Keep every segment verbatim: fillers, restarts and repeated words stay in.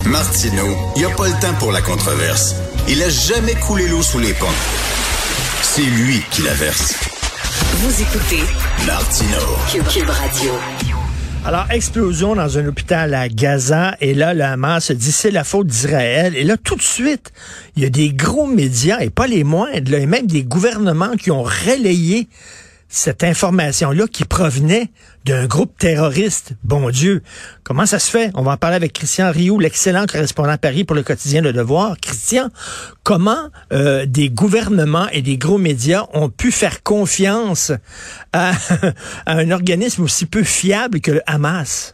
Martineau, il n'y a pas le temps pour la controverse. Il a jamais coulé l'eau sous les ponts. C'est lui qui la verse. Vous écoutez Martineau. Cube Radio. Alors, explosion dans un hôpital à Gaza, et là, le Hamas dit c'est la faute d'Israël. Et là, tout de suite, il y a des gros médias, et pas les moindres, là, et même des gouvernements qui ont relayé cette information-là qui provenait d'un groupe terroriste. Bon Dieu, comment ça se fait? On va en parler avec Christian Rioux, l'excellent correspondant à Paris pour le quotidien Le Devoir. Christian, comment euh, des gouvernements et des gros médias ont pu faire confiance à, à un organisme aussi peu fiable que le Hamas?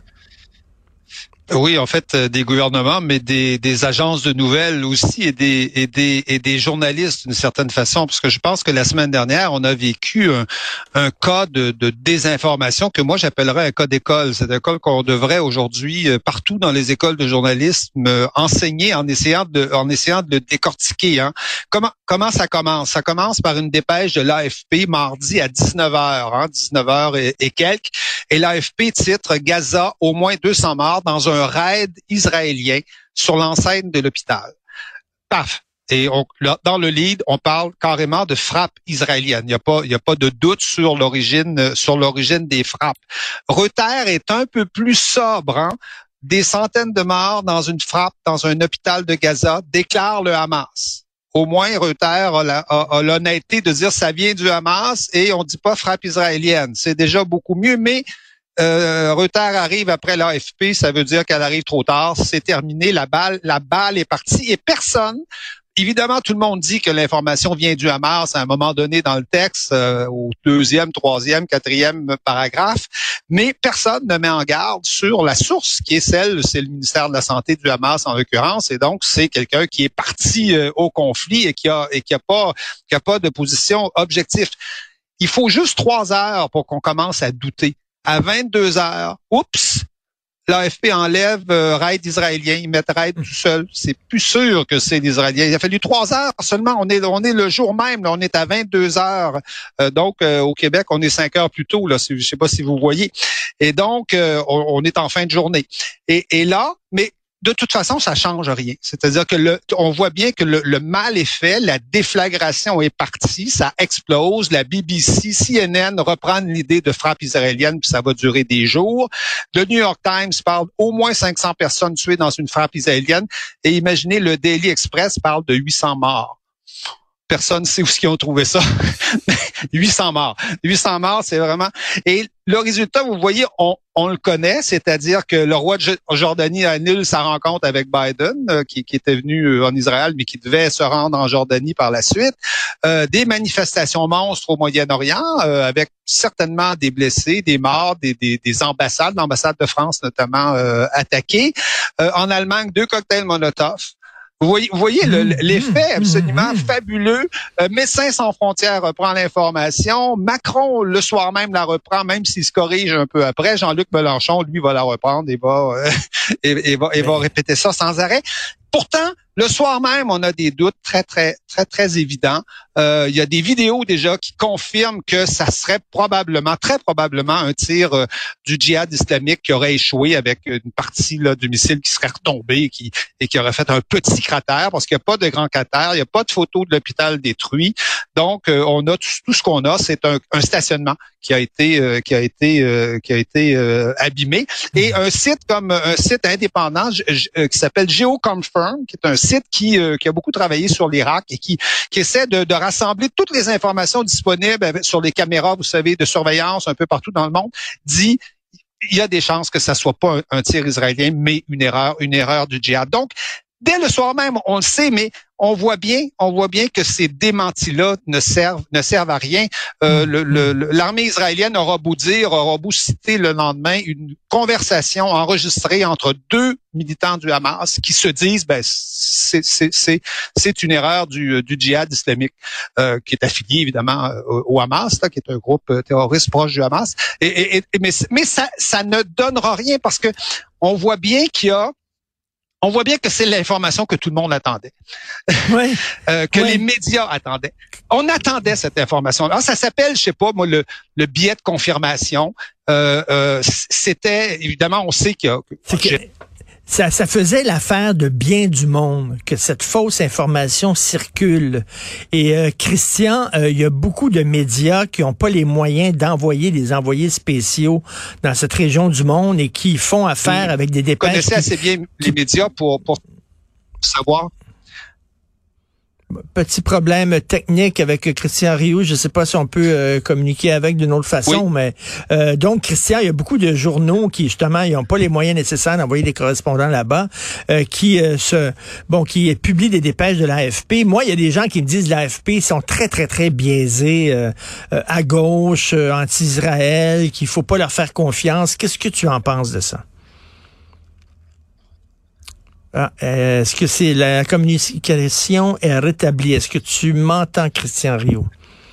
Oui, en fait, des gouvernements, mais des, des agences de nouvelles aussi et des, et des, et des journalistes d'une certaine façon, parce que je pense que la semaine dernière, on a vécu un, un cas de, de désinformation que moi j'appellerais un cas d'école. C'est un cas qu'on devrait aujourd'hui partout dans les écoles de journalisme enseigner en essayant de, en essayant de le décortiquer. Hein. Comment, comment ça commence? Ça commence par une dépêche de l'A F P mardi à dix-neuf heures, hein, dix-neuf heures et, et quelques, et l'A F P titre Gaza, au moins deux cents morts dans un un raid israélien sur l'enceinte de l'hôpital. Paf! Et on, dans le lead, on parle carrément de frappe israélienne. Il n'y a pas, il n'y a pas de doute sur l'origine, sur l'origine des frappes. Reuters est un peu plus sobre, hein? Des centaines de morts dans une frappe dans un hôpital de Gaza, déclare le Hamas. Au moins, Reuters a, la, a, a l'honnêteté de dire ça vient du Hamas et on dit pas frappe israélienne. C'est déjà beaucoup mieux, mais Euh, Reuters arrive après l'A F P, ça veut dire qu'elle arrive trop tard, c'est terminé, la balle, la balle est partie et personne, évidemment tout le monde dit que l'information vient du Hamas à un moment donné dans le texte, euh, au deuxième, troisième, quatrième paragraphe, mais personne ne met en garde sur la source qui est celle, c'est le ministère de la Santé du Hamas en l'occurrence, et donc c'est quelqu'un qui est parti euh, au conflit et qui a, et qui a pas, qui a pas de position objective. Il faut juste trois heures pour qu'on commence à douter. À vingt-deux heures, oups, l'A F P enlève euh, raid israélien, ils mettent raid tout seul. C'est plus sûr que c'est l'Israélien. Il a fallu trois heures seulement. On est, on est le jour même, là, on est à vingt-deux heures. Euh, donc, euh, au Québec, on est cinq heures plus tôt. Là, je sais pas si vous voyez. Et donc, euh, on, on est en fin de journée. Et, et là, mais de toute façon, ça change rien. C'est-à-dire que le, on voit bien que le, le mal est fait, la déflagration est partie, ça explose. La B B C, C N N reprennent l'idée de frappe israélienne, puis ça va durer des jours. Le New York Times parle d'au moins cinq cents personnes tuées dans une frappe israélienne. Et imaginez, le Daily Express parle de huit cents morts. Personne ne sait où ils ont trouvé ça. huit cents morts. huit cents morts, c'est vraiment... Et le résultat, vous voyez, on, on le connaît, c'est-à-dire que le roi de Jordanie annule sa rencontre avec Biden, euh, qui, qui était venu euh, en Israël, mais qui devait se rendre en Jordanie par la suite. Euh, des manifestations monstres au Moyen-Orient, euh, avec certainement des blessés, des morts, des, des, des ambassades, l'ambassade de France notamment euh, attaquée. Euh, en Allemagne, deux cocktails Molotov. Vous voyez, vous voyez le, l'effet absolument mmh, mmh. fabuleux. Euh, Médecins sans frontières reprend l'information. Macron, le soir même, la reprend, même s'il se corrige un peu après. Jean-Luc Mélenchon, lui, va la reprendre et va, euh, et, et va, et va répéter ça sans arrêt. Pourtant, le soir même, on a des doutes très, très, très, très évidents. Euh, il y a des vidéos déjà qui confirment que ça serait probablement, très probablement, un tir euh, du djihad islamique qui aurait échoué avec une partie là, du missile qui serait retombée et qui, et qui aurait fait un petit cratère, parce qu'il n'y a pas de grand cratère, il n'y a pas de photo de l'hôpital détruit. Donc, euh, on a tout, tout ce qu'on a, c'est un, un stationnement qui a été, euh, qui a été, euh, qui a été euh, abîmé, et un site comme un site indépendant j- j- euh, qui s'appelle GeoConfirm, qui est un site qui, euh, qui a beaucoup travaillé sur l'Irak et qui, qui essaie de, de rassembler toutes les informations disponibles avec, sur les caméras, vous savez, de surveillance un peu partout dans le monde, dit il y a des chances que ça soit pas un, un tir israélien, mais une erreur, une erreur du djihad. Donc, dès le soir même, on le sait, mais on voit bien, on voit bien que ces démentis-là ne servent, ne servent à rien. Euh, le, le, l'armée israélienne aura beau dire, aura beau citer le lendemain une conversation enregistrée entre deux militants du Hamas qui se disent, ben c'est c'est c'est c'est une erreur du du djihad islamique euh, qui est affilié évidemment au, au Hamas, là, qui est un groupe terroriste proche du Hamas. Et, et, et mais mais ça ça ne donnera rien parce que on voit bien qu'il y a On voit bien que c'est l'information que tout le monde attendait, oui. euh, que oui. les médias attendaient. On attendait cette information. Alors, ça s'appelle, je sais pas, moi, le, le biais de confirmation. Euh, euh, c'était, évidemment, on sait qu'il y a... C'est que, Ça, ça faisait l'affaire de bien du monde que cette fausse information circule. Et euh, Christian, euh, il y a beaucoup de médias qui n'ont pas les moyens d'envoyer des envoyés spéciaux dans cette région du monde et qui font affaire avec des dépêches. Vous connaissez assez bien les médias pour, pour savoir. Petit problème technique avec Christian Rioux. Je ne sais pas si on peut euh, communiquer avec d'une autre façon, oui. mais euh, donc, Christian, il y a beaucoup de journaux qui, justement, ils n'ont pas les moyens nécessaires d'envoyer des correspondants là-bas, euh, qui euh, se bon, qui publient des dépêches de l'A F P. Moi, il y a des gens qui me disent que l'A F P sont très, très, très biaisés euh, euh, à gauche, euh, anti-Israël, qu'il faut pas leur faire confiance. Qu'est-ce que tu en penses de ça? Ah, est-ce que c'est la communication est rétablie? Est-ce que tu m'entends, Christian Rioux?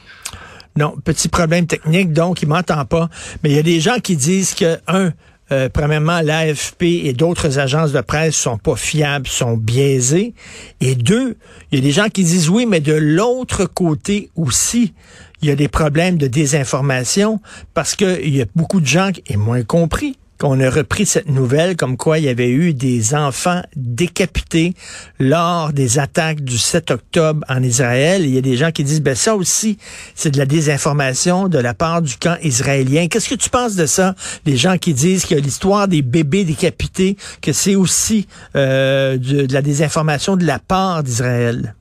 Non, petit problème technique, donc il m'entend pas. Mais il y a des gens qui disent que, un, euh, premièrement, l'A F P et d'autres agences de presse sont pas fiables, sont biaisées. Et deux, il y a des gens qui disent oui, mais de l'autre côté aussi, il y a des problèmes de désinformation parce que il y a beaucoup de gens, et moins compris, qu'on a repris cette nouvelle comme quoi il y avait eu des enfants décapités lors des attaques du sept octobre en Israël. Il y a des gens qui disent, ben ça aussi, c'est de la désinformation de la part du camp israélien. Qu'est-ce que tu penses de ça? Les gens qui disent que l'histoire des bébés décapités, que c'est aussi euh, de, de la désinformation de la part d'Israël.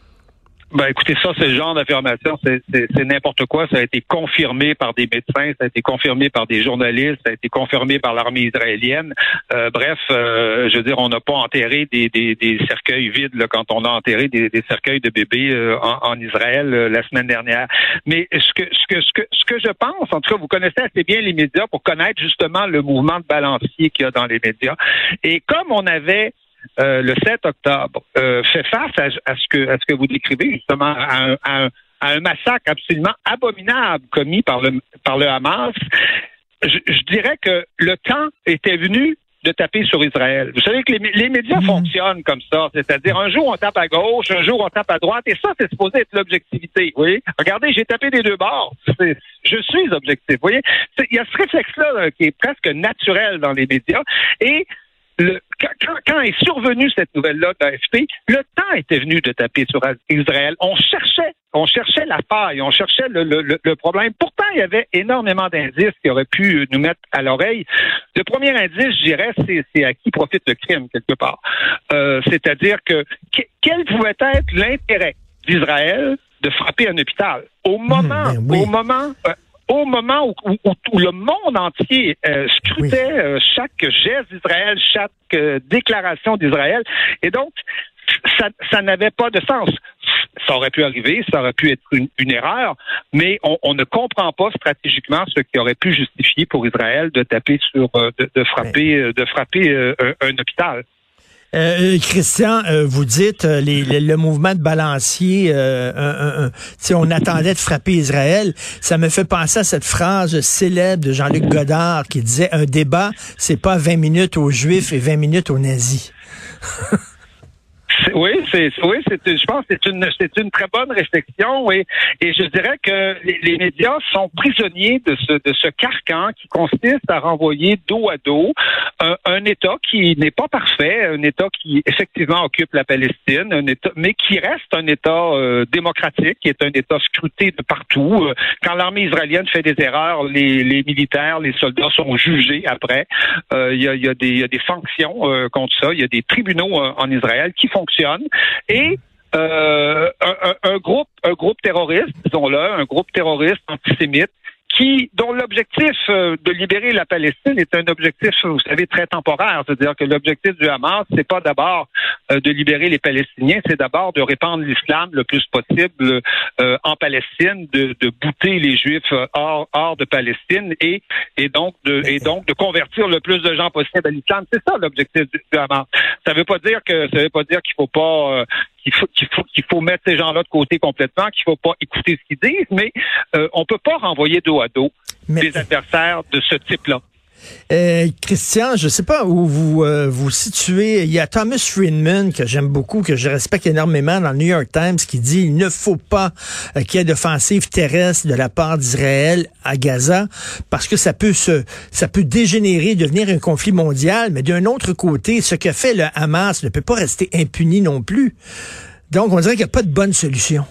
Ben écoutez, ça, c'est le genre d'affirmation, c'est, c'est, c'est n'importe quoi. Ça a été confirmé par des médecins, ça a été confirmé par des journalistes, ça a été confirmé par l'armée israélienne. Euh, bref, euh, je veux dire, on n'a pas enterré des, des, des cercueils vides là, quand on a enterré des, des cercueils de bébés euh, en, en Israël euh, la semaine dernière. Mais ce que, ce que, ce que, ce que je pense, en tout cas, vous connaissez assez bien les médias pour connaître justement le mouvement de balancier qu'il y a dans les médias. Et comme on avait Euh, le sept octobre, euh, fait face à, à ce que à ce que vous décrivez justement à un, à un, à un massacre absolument abominable commis par le par le Hamas. Je, je dirais que le temps était venu de taper sur Israël. Vous savez que les, les médias mmh. fonctionnent comme ça, c'est-à-dire un jour on tape à gauche, un jour on tape à droite, et ça c'est supposé être l'objectivité. Vous voyez, regardez, j'ai tapé des deux bords. C'est, je suis objectif. Vous voyez, il y a ce réflexe-là là, qui est presque naturel dans les médias et Le, quand, quand est survenue cette nouvelle-là de l'A F P, le temps était venu de taper sur Israël. On cherchait, on cherchait la faille, on cherchait le, le, le problème. Pourtant, il y avait énormément d'indices qui auraient pu nous mettre à l'oreille. Le premier indice, je dirais, c'est, c'est à qui profite le crime, quelque part. Euh, c'est-à-dire que, que quel pouvait être l'intérêt d'Israël de frapper un hôpital? Au moment, mmh, oui. au moment... Euh, Au moment où, où, où le monde entier euh, scrutait oui. euh, chaque geste d'Israël, chaque euh, déclaration d'Israël, et donc ça, ça n'avait pas de sens. Ça aurait pu arriver, ça aurait pu être une, une erreur, mais on, on ne comprend pas stratégiquement ce qui aurait pu justifier pour Israël de taper sur, euh, de, de frapper, euh, de frapper euh, un, un hôpital. Euh, Christian, euh, vous dites euh, les, les, le mouvement de balancier, euh, un, un, un, on attendait de frapper Israël. Ça me fait penser à cette phrase célèbre de Jean-Luc Godard qui disait un débat, c'est pas vingt minutes aux Juifs et vingt minutes aux nazis. Oui, c'est, oui, c'est, je pense que c'est une, c'est une très bonne réflexion et, et je dirais que les, les médias sont prisonniers de ce, de ce carcan qui consiste à renvoyer dos à dos un, un État qui n'est pas parfait, un État qui effectivement occupe la Palestine, un État, mais qui reste un État euh, démocratique, qui est un État scruté de partout. Quand l'armée israélienne fait des erreurs, les, les militaires, les soldats sont jugés après. Euh, il y a, il y a des, il y a des sanctions euh, contre ça. Il y a des tribunaux euh, en Israël qui fonctionnent. Et euh, un, un, un groupe, un groupe terroriste, disons-le, un groupe terroriste antisémite, qui, dont l'objectif euh, de libérer la Palestine est un objectif, vous savez, très temporaire. C'est-à-dire que l'objectif du Hamas, c'est pas d'abord euh, de libérer les Palestiniens, c'est d'abord de répandre l'islam le plus possible euh, en Palestine, de, de bouter les Juifs hors, hors de Palestine et, et donc de, et donc de convertir le plus de gens possible à l'islam. C'est ça l'objectif du, du Hamas. Ça veut pas dire que, ça veut pas dire qu'il faut pas euh, qu'il faut, qu'il faut, qu'il faut mettre ces gens-là de côté complètement, qu'il faut pas écouter ce qu'ils disent, mais euh, on peut pas renvoyer dos à dos mais, des adversaires de ce type-là. Euh, Christian, je ne sais pas où vous euh, vous situez. Il y a Thomas Friedman, que j'aime beaucoup, que je respecte énormément, dans le New York Times, qui dit il ne faut pas euh, qu'il y ait d'offensive terrestre de la part d'Israël à Gaza, parce que ça peut se, ça peut dégénérer, devenir un conflit mondial. Mais d'un autre côté, ce que fait le Hamas ne peut pas rester impuni non plus. Donc, on dirait qu'il n'y a pas de bonne solution.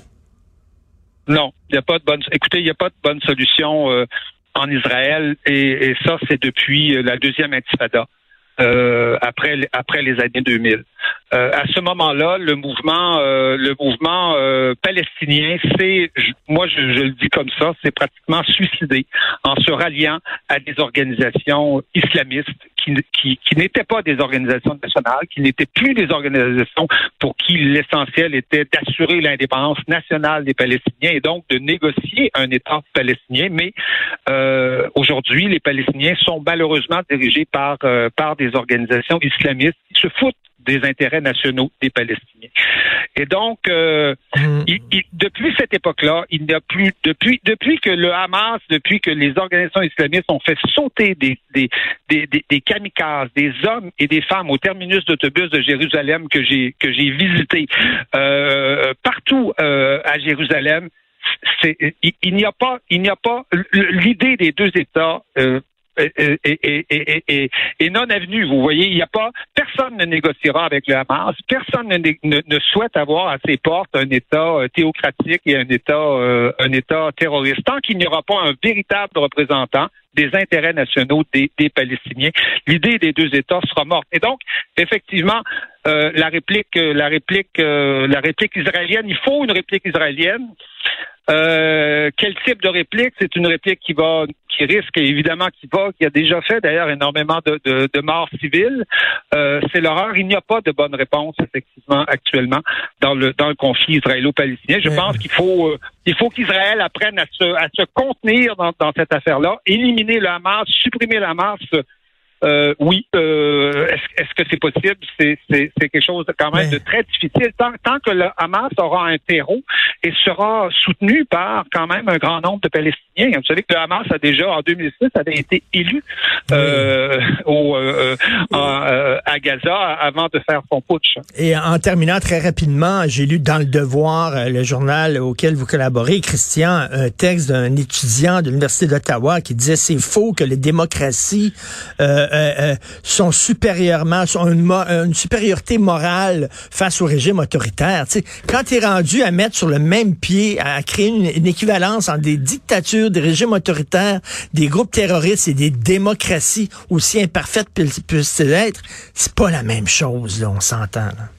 Non, il n'y a pas de bonne. Écoutez, il n'y a pas de bonne solution euh, en Israël, et, et ça, c'est depuis la deuxième intifada, euh, après après les années deux mille. Euh, à ce moment-là, le mouvement, euh, le mouvement euh, palestinien, c'est, moi, je, je le dis comme ça, c'est pratiquement suicidé en se ralliant à des organisations islamistes qui, qui, qui n'étaient pas des organisations nationales, qui n'étaient plus des organisations pour qui l'essentiel était d'assurer l'indépendance nationale des Palestiniens et donc de négocier un État palestinien. Mais euh, aujourd'hui, les Palestiniens sont malheureusement dirigés par euh, par des organisations islamistes qui se foutent des intérêts nationaux des Palestiniens. Et donc, euh, mmh. il, il, depuis cette époque-là, il n'y a plus, depuis, depuis que le Hamas, depuis que les organisations islamistes ont fait sauter des, des, des, des, des kamikazes, des hommes et des femmes au terminus d'autobus de Jérusalem que j'ai, que j'ai visité, euh, partout euh, à Jérusalem, c'est, il, il n'y a pas, il n'y a pas l'idée des deux États. Euh, Et, et, et, et, et, et non avenue. Vous voyez, il n'y a pas, personne ne négociera avec le Hamas, personne ne, ne, ne souhaite avoir à ses portes un État théocratique et un État, euh, un État terroriste. Tant qu'il n'y aura pas un véritable représentant des intérêts nationaux des, des Palestiniens, l'idée des deux États sera morte. Et donc, effectivement, euh, la réplique, la réplique, euh, la réplique israélienne, il faut une réplique israélienne. Euh, quel type de réplique? C'est une réplique qui va, qui risque évidemment, qui va, qui a déjà fait d'ailleurs énormément de, de, de morts civiles. Euh, c'est l'horreur. Il n'y a pas de bonne réponse effectivement actuellement dans le dans le conflit israélo-palestinien. Je pense qu'il faut euh, il faut qu'Israël apprenne à se à se contenir dans, dans cette affaire-là, éliminer le Hamas, supprimer le Hamas. Euh, oui, euh, est-ce, est-ce que c'est possible? C'est, c'est, c'est quelque chose quand même Mais... de très difficile. Tant, tant que le Hamas aura un terreau et sera soutenu par quand même un grand nombre de Palestiniens. Vous savez que le Hamas a déjà, en deux mille six, avait été élu euh, oui. au, euh, en, euh, à Gaza avant de faire son putsch. Et en terminant très rapidement, j'ai lu dans Le Devoir, le journal auquel vous collaborez, Christian, un texte d'un étudiant de l'Université d'Ottawa qui disait c'est faux que les démocraties euh, Euh, euh, sont supérieurement, sont une, mo- une supériorité morale face au régime autoritaire. Tu sais, quand tu es rendu à mettre sur le même pied, à créer une, une équivalence entre des dictatures, des régimes autoritaires, des groupes terroristes et des démocraties aussi imparfaites puissent-elles être, c'est pas la même chose, là, on s'entend, là.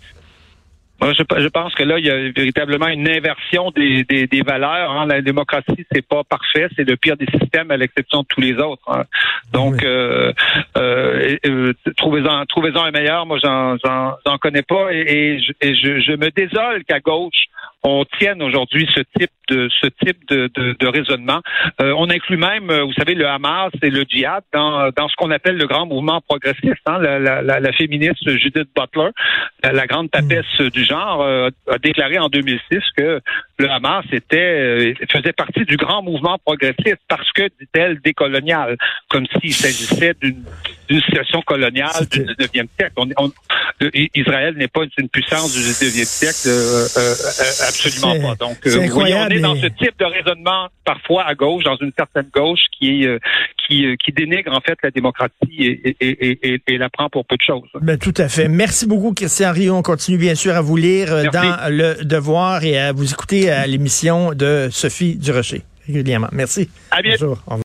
Moi, je, je pense que là, il y a véritablement une inversion des, des, des valeurs. Hein. La démocratie, c'est pas parfait, c'est le pire des systèmes à l'exception de tous les autres. Hein. Donc, oui. euh, euh, euh, trouvez-en, trouvez-en un meilleur. Moi, j'en, j'en, j'en connais pas, et, et, je, et je, je me désole qu'à gauche on tienne aujourd'hui ce type de ce type de, de, de raisonnement. Euh, on inclut même, vous savez, le Hamas et le djihad dans, dans ce qu'on appelle le grand mouvement progressiste. Hein. La, la, la, la féministe Judith Butler, la, la grande papesse mmh. du genre, euh, a déclaré en deux mille six que le Hamas était euh, faisait partie du grand mouvement progressiste parce que, dit-elle, décolonial, comme s'il s'agissait d'une, d'une situation coloniale C'était... du dix-neuvième siècle. On, on, Israël n'est pas une puissance du dix-neuvième siècle. Euh, euh, Absolument c'est, pas. Donc, euh, vous voyez, on est dans ce type de raisonnement parfois à gauche, dans une certaine gauche qui est euh, qui, euh, qui dénigre en fait la démocratie et, et, et, et, et la prend pour peu de choses. Ben, tout à fait. Merci beaucoup, Christian Rioux. On continue bien sûr à vous lire Merci. dans Le Devoir et à vous écouter à l'émission de Sophie Durocher régulièrement. Merci. À bientôt. Bonjour. Au revoir.